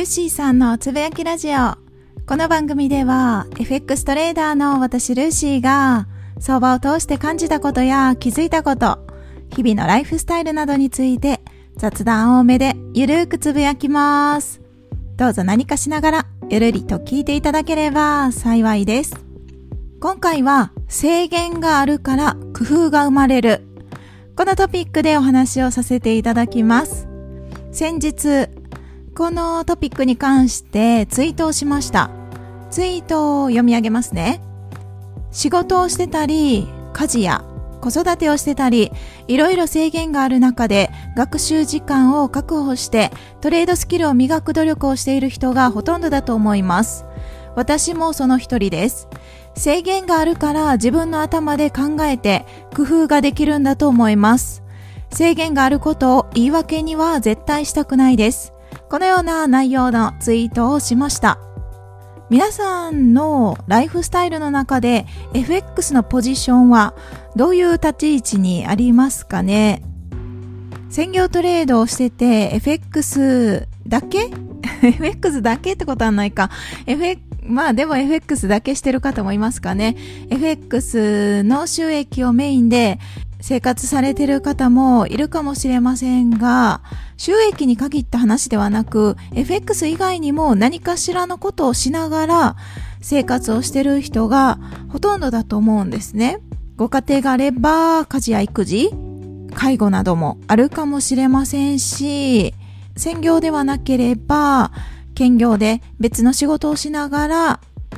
ルーシーさんのつぶやきラジオ。この番組では FX トレーダーの私ルーシーが相場を通して感じたことや気づいたこと、日々のライフスタイルなどについて雑談多めでゆるーくつぶやきます。どうぞ何かしながらゆるりと聞いていただければ幸いです。今回は制限があるから工夫が生まれる、このトピックでお話をさせていただきます。先日このトピックに関してツイートをしました。ツイートを読み上げますね。仕事をしてたり、家事や子育てをしてたり、いろいろ制限がある中で学習時間を確保してトレードスキルを磨く努力をしている人がほとんどだと思います。私もその一人です。制限があるから自分の頭で考えて工夫ができるんだと思います。制限があることを言い訳には絶対したくないです。このような内容のツイートをしました。皆さんのライフスタイルの中で FX のポジションはどういう立ち位置にありますかね。専業トレードをしてて FX だけFX だけってことはないか。まあでも FX だけしてる方もいますかね。FX の収益をメインで生活されてる方もいるかもしれませんが、収益に限った話ではなく FX 以外にも何かしらのことをしながら生活をしてる人がほとんどだと思うんですね。ご家庭があれば家事や育児、介護などもあるかもしれませんし、専業ではなければ兼業で別の仕事をしながら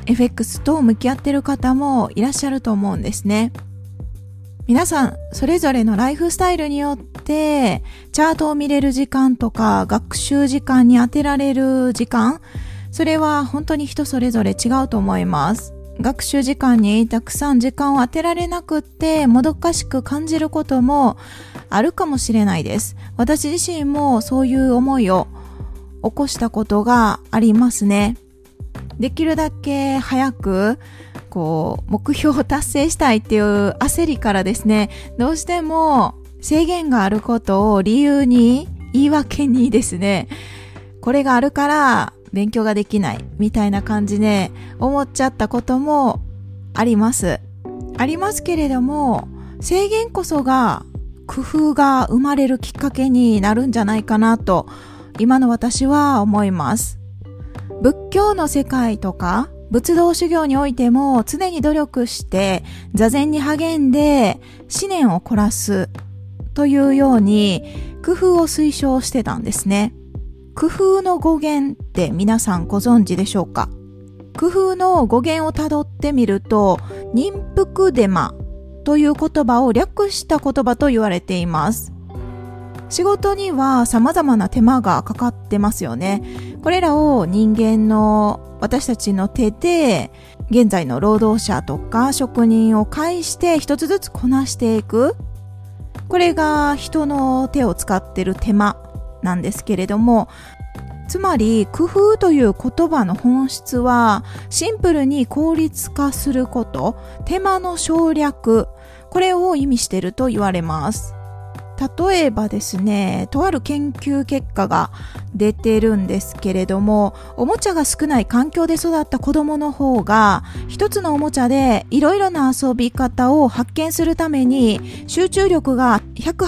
FX と向き合ってる方もいらっしゃると思うんですね。皆さんそれぞれのライフスタイルによってチャートを見れる時間とか学習時間に当てられる時間、それは本当に人それぞれ違うと思います。学習時間にたくさん時間を当てられなくってもどかしく感じることもあるかもしれないです。私自身もそういう思いを起こしたことがありますね。できるだけ早く目標を達成したいっていう焦りからですね、どうしても制限があることを理由に言い訳にですね、これがあるから勉強ができないみたいな感じで思っちゃったこともありますけれども、制限こそが工夫が生まれるきっかけになるんじゃないかなと今の私は思います。仏教の世界とか仏道修行においても常に努力して座禅に励んで思念を凝らすというように工夫を推奨してたんですね。工夫の語源って皆さんご存知でしょうか。工夫の語源をたどってみると忍福デマという言葉を略した言葉と言われています。仕事には様々な手間がかかってますよね。これらを人間の私たちの手で現在の労働者とか職人を介して一つずつこなしていく。これが人の手を使っている手間なんですけれども、つまり工夫という言葉の本質はシンプルに効率化すること、手間の省略、これを意味していると言われます。例えばですね、とある研究結果が出てるんですけれども、おもちゃが少ない環境で育った子供の方が一つのおもちゃでいろいろな遊び方を発見するために集中力が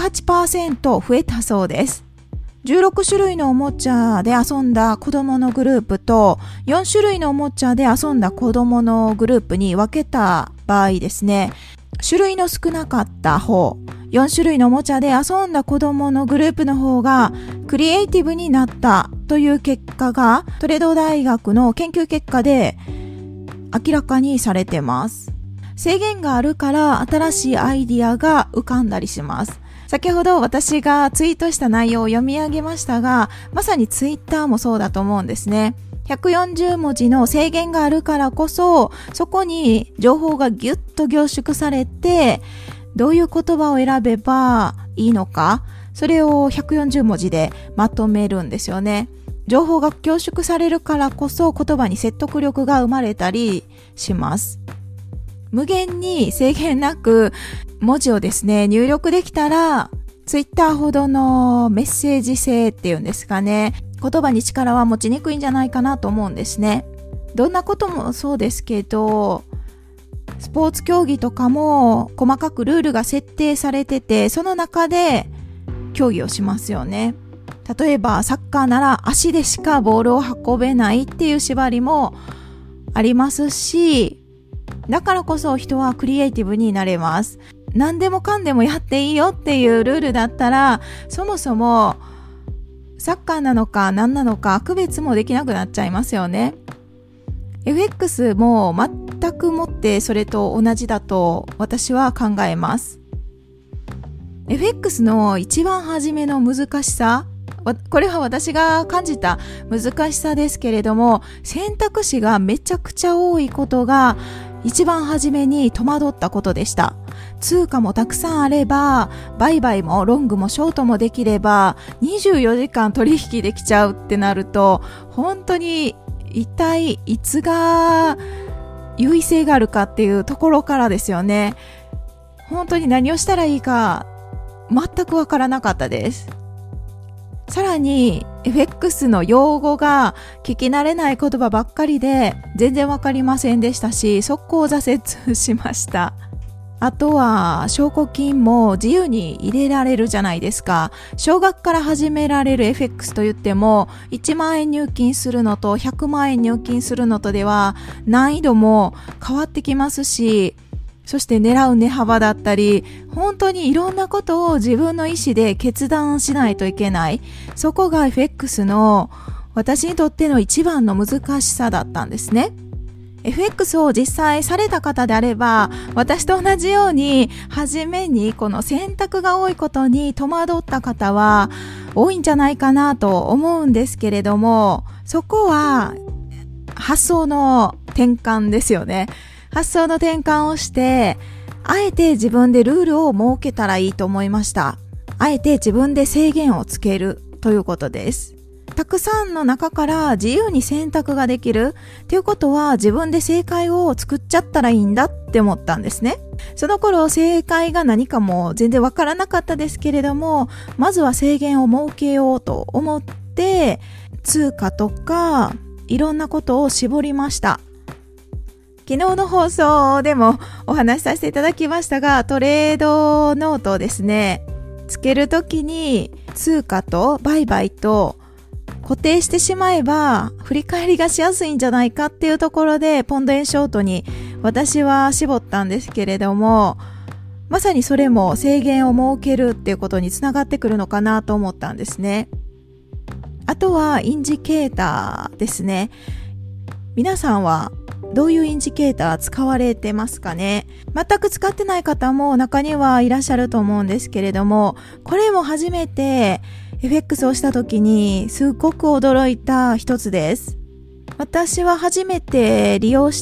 108% 増えたそうです。16種類のおもちゃで遊んだ子供のグループと4種類のおもちゃで遊んだ子供のグループに分けた場合ですね、種類の少なかった方、4種類のおもちゃで遊んだ子供のグループの方がクリエイティブになったという結果がトレド大学の研究結果で明らかにされてます。制限があるから新しいアイディアが浮かんだりします。先ほど私がツイートした内容を読み上げましたが、まさにツイッターもそうだと思うんですね。140文字の制限があるからこそ、そこに情報がギュッと凝縮されて、どういう言葉を選べばいいのか、それを140文字でまとめるんですよね。情報が凝縮されるからこそ言葉に説得力が生まれたりします。無限に制限なく文字をですね、入力できたらツイッターほどのメッセージ性っていうんですかね、 言葉に力は持ちにくいんじゃないかなと思うんですね。どんなこともそうですけど、スポーツ競技とかも細かくルールが設定されてて、その中で競技をしますよね。例えばサッカーなら足でしかボールを運べないっていう縛りもありますし、だからこそ人はクリエイティブになれます。何でもかんでもやっていいよっていうルールだったら、そもそもサッカーなのか何なのか区別もできなくなっちゃいますよね。FX も全くもってそれと同じだと私は考えます。FX の一番初めの難しさ、これは私が感じた難しさですけれども、選択肢がめちゃくちゃ多いことが一番初めに戸惑ったことでした。通貨もたくさんあれば、売買もロングもショートもできれば、24時間取引できちゃうってなると、本当に一体いつが優位性があるかっていうところからですよね。本当に何をしたらいいか全くわからなかったです。さらに FX の用語が聞き慣れない言葉ばっかりで全然わかりませんでしたし、速攻挫折しました。あとは証拠金も自由に入れられるじゃないですか。少額から始められる FX と言っても1万円入金するのと100万円入金するのとでは難易度も変わってきますし、そして狙う値幅だったり、本当にいろんなことを自分の意思で決断しないといけない。そこが FX の私にとっての一番の難しさだったんですね。FX を実際された方であれば、私と同じように初めにこの選択が多いことに戸惑った方は多いんじゃないかなと思うんですけれども、そこは発想の転換ですよね。発想の転換をして、あえて自分でルールを設けたらいいと思いました。あえて自分で制限をつけるということです。たくさんの中から自由に選択ができるっていうことは、自分で正解を作っちゃったらいいんだって思ったんですね。その頃正解が何かも全然わからなかったですけれども、まずは制限を設けようと思って通貨とかいろんなことを絞りました。昨日の放送でもお話しさせていただきましたが、トレードノートをですね、つけるときに通貨と売買と固定してしまえば振り返りがしやすいんじゃないかっていうところでポンド円ショートに私は絞ったんですけれども、まさにそれも制限を設けるっていうことにつながってくるのかなと思ったんですね。あとはインジケーターですね。皆さんはどういうインジケーター使われてますかね。全く使ってない方も中にはいらっしゃると思うんですけれども、これも初めて FX をした時にすごく驚いた一つです。私は初めて利用した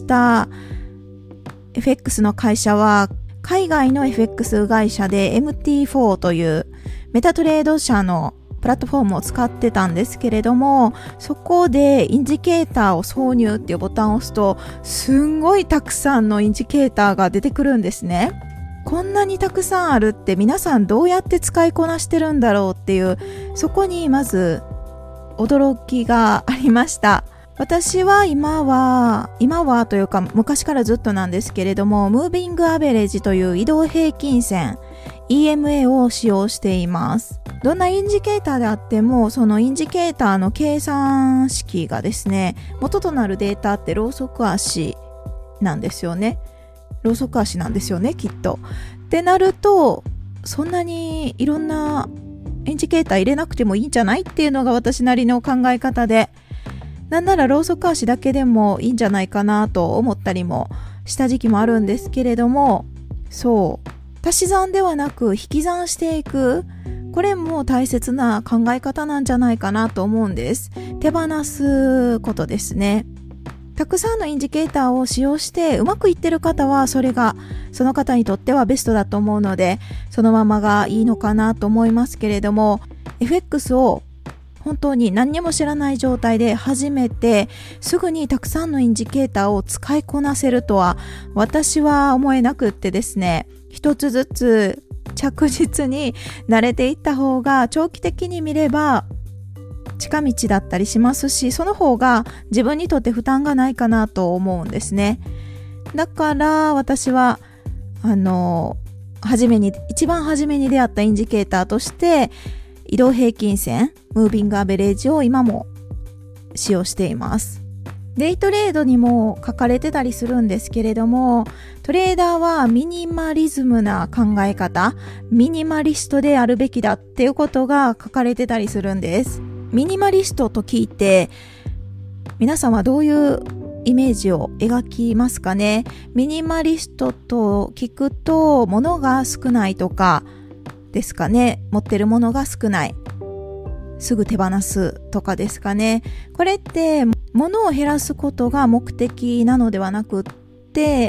FX の会社は海外の FX 会社で MT4 というメタトレード社のプラットフォームを使ってたんですけれども、そこでインジケーターを挿入っていうボタンを押すと、すんごいたくさんのインジケーターが出てくるんですね。こんなにたくさんあるって皆さんどうやって使いこなしてるんだろうっていう、そこにまず驚きがありました。私は今はというか昔からずっとなんですけれども、ムービングアベレージという移動平均線 EMA を使用しています。どんなインジケーターであっても、そのインジケーターの計算式がですね、元となるデータってローソク足なんですよね。ローソク足なんですよね、きっと。ってなると、そんなにいろんなインジケーター入れなくてもいいんじゃないっていうのが私なりの考え方で、なんならローソク足だけでもいいんじゃないかなと思ったりもした時期もあるんですけれども、そう、足し算ではなく引き算していく、これも大切な考え方なんじゃないかなと思うんです。手放すことですね。たくさんのインジケーターを使用してうまくいってる方はそれがその方にとってはベストだと思うので、そのままがいいのかなと思いますけれども、 FX を本当に何にも知らない状態で始めてすぐにたくさんのインジケーターを使いこなせるとは私は思えなくってですね、一つずつ着実に慣れていった方が長期的に見れば近道だったりしますし、その方が自分にとって負担がないかなと思うんですね。だから私は一番初めに出会ったインジケーターとして移動平均線、ムービングアベレージを今も使用しています。デイトレードにも書かれてたりするんですけれども、トレーダーはミニマリズムな考え方、ミニマリストであるべきだっていうことが書かれてたりするんです。ミニマリストと聞いて皆さんはどういうイメージを描きますかね。ミニマリストと聞くと物が少ないとかですかね。持ってるものが少ない、すぐ手放すとかですかね。これって物を減らすことが目的なのではなくって、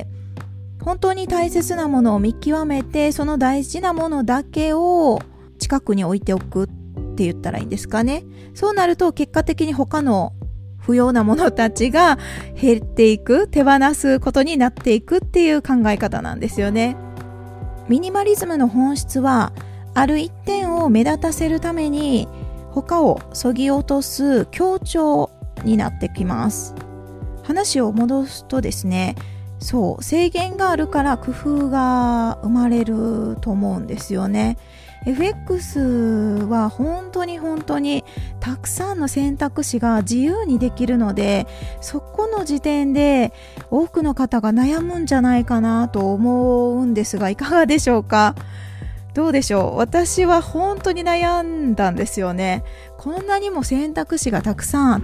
本当に大切なものを見極めて、その大事なものだけを近くに置いておくって言ったらいいんですかね。そうなると結果的に他の不要なものたちが減っていく、手放すことになっていくっていう考え方なんですよね。ミニマリズムの本質は、ある一点を目立たせるために他を削ぎ落とす強調になってきます。話を戻すとですね、制限があるから工夫が生まれると思うんですよね。FX は本当にたくさんの選択肢が自由にできるので、そこの時点で多くの方が悩むんじゃないかなと思うんですが、いかがでしょうか。どうでしょう。私は本当に悩んだんですよね。こんなにも選択肢がたくさんあって、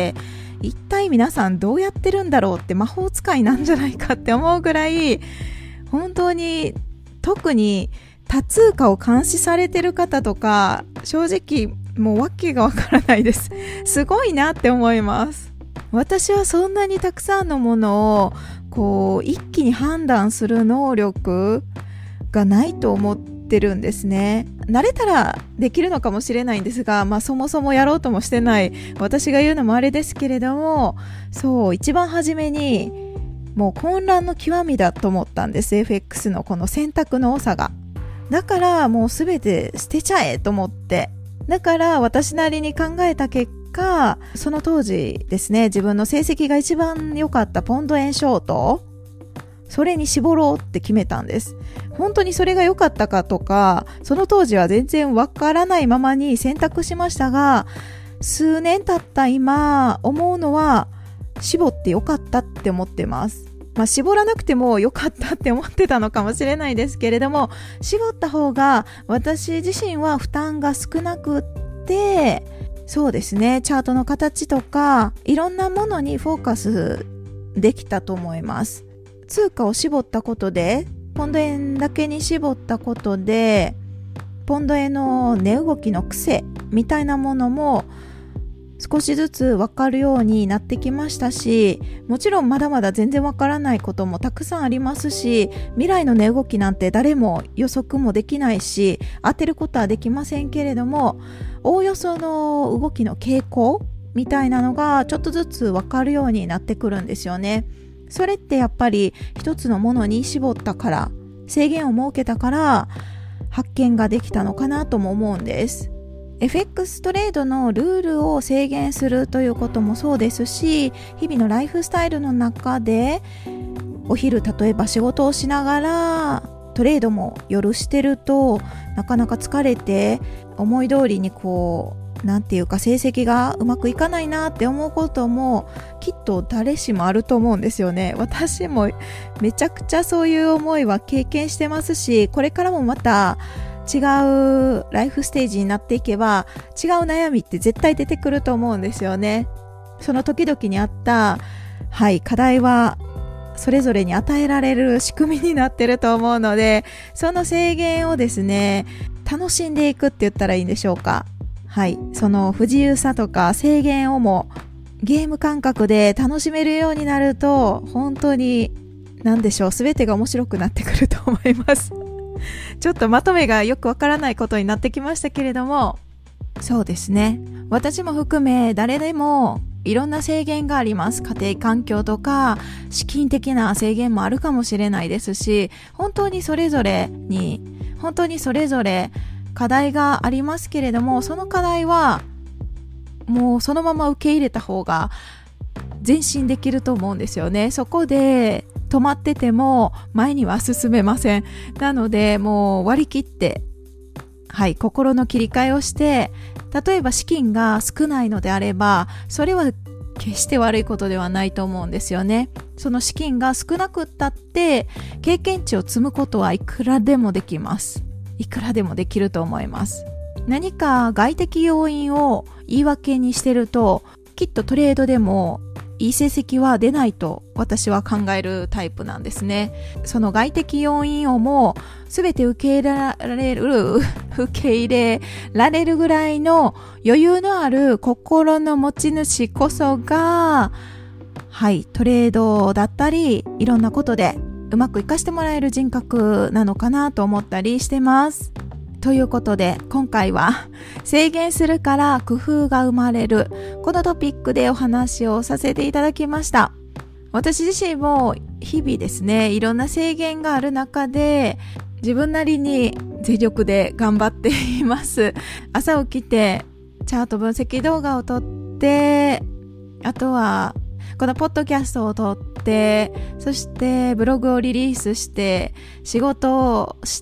一体皆さんどうやってるんだろうって、魔法使いなんじゃないかって思うぐらい、本当に特に多通貨を監視されてる方とか、正直もう訳がわからないです。すごいなって思います。私はそんなにたくさんのものを一気に判断する能力がないと思ってるんですね。慣れたらできるのかもしれないんですが、そもそもやろうともしてない私が言うのもあれですけれども、一番初めにもう混乱の極みだと思ったんです。 FX のこの選択の多さが。だからもうすべて捨てちゃえと思って、だから私なりに考えた結果、その当時ですね、自分の成績が一番良かったポンド円ショート、それに絞ろうって決めたんです。本当にそれが良かったかとか、その当時は全然わからないままに選択しましたが、数年経った今思うのは、絞って良かったって思ってます。絞らなくても良かったって思ってたのかもしれないですけれども、絞った方が私自身は負担が少なくって、そうですね、チャートの形とかいろんなものにフォーカスできたと思います。通貨を絞ったことで、ポンド円だけに絞ったことで、ポンド円の値動きの癖みたいなものも少しずつ分かるようになってきましたし、もちろんまだまだ全然分からないこともたくさんありますし、未来の値動きなんて誰も予測もできないし、当てることはできませんけれども、おおよその動きの傾向みたいなのがちょっとずつ分かるようになってくるんですよね。それってやっぱり一つのものに絞ったから、制限を設けたから発見ができたのかなとも思うんです。FX トレードのルールを制限するということもそうですし、日々のライフスタイルの中でお昼、例えば仕事をしながらトレードも夜してると、なかなか疲れて思い通りになんていうか成績がうまくいかないなって思うこともきっと誰しもあると思うんですよね。私もめちゃくちゃそういう思いは経験してますし、これからもまた違うライフステージになっていけば違う悩みって絶対出てくると思うんですよね。その時々にあった課題はそれぞれに与えられる仕組みになってると思うので、その制限をですね、楽しんでいくって言ったらいいんでしょうか。その不自由さとか制限をもゲーム感覚で楽しめるようになると、本当に全てが面白くなってくると思いますちょっとまとめがよくわからないことになってきましたけれども、そうですね、私も含め誰でもいろんな制限があります。家庭環境とか資金的な制限もあるかもしれないですし、本当にそれぞれ課題がありますけれども、その課題はもうそのまま受け入れた方が前進できると思うんですよね。そこで止まってても前には進めません。なのでもう割り切って、心の切り替えをして、例えば資金が少ないのであれば、それは決して悪いことではないと思うんですよね。その資金が少なくったって経験値を積むことはいくらでもできます。いくらでもできると思います。何か外的要因を言い訳にしてると、きっとトレードでもいい成績は出ないと私は考えるタイプなんですね。その外的要因をもう全て受け入れられるぐらいの余裕のある心の持ち主こそが、トレードだったりいろんなことでうまく活かしてもらえる人格なのかなと思ったりしてます。ということで今回は制限するから工夫が生まれる、このトピックでお話をさせていただきました。私自身も日々ですね、いろんな制限がある中で自分なりに全力で頑張っています。朝起きてチャート分析動画を撮って、あとはこのポッドキャストを撮って、そしてブログをリリースして、仕事をして、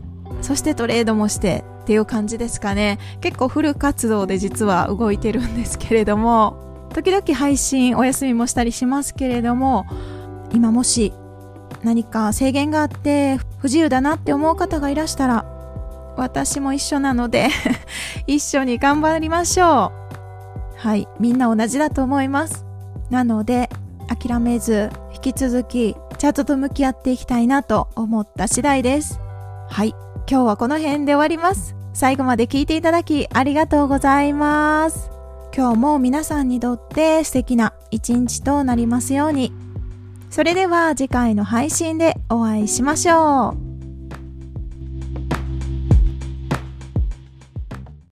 そしてトレードもしてっていう感じですかね。結構フル活動で実は動いてるんですけれども、時々配信お休みもしたりしますけれども、今もし何か制限があって不自由だなって思う方がいらしたら、私も一緒なので一緒に頑張りましょう。みんな同じだと思います。なので諦めず引き続きチャートと向き合っていきたいなと思った次第です。今日はこの辺で終わります。最後まで聞いていただきありがとうございます。今日も皆さんにとって素敵な一日となりますように。それでは次回の配信でお会いしましょう。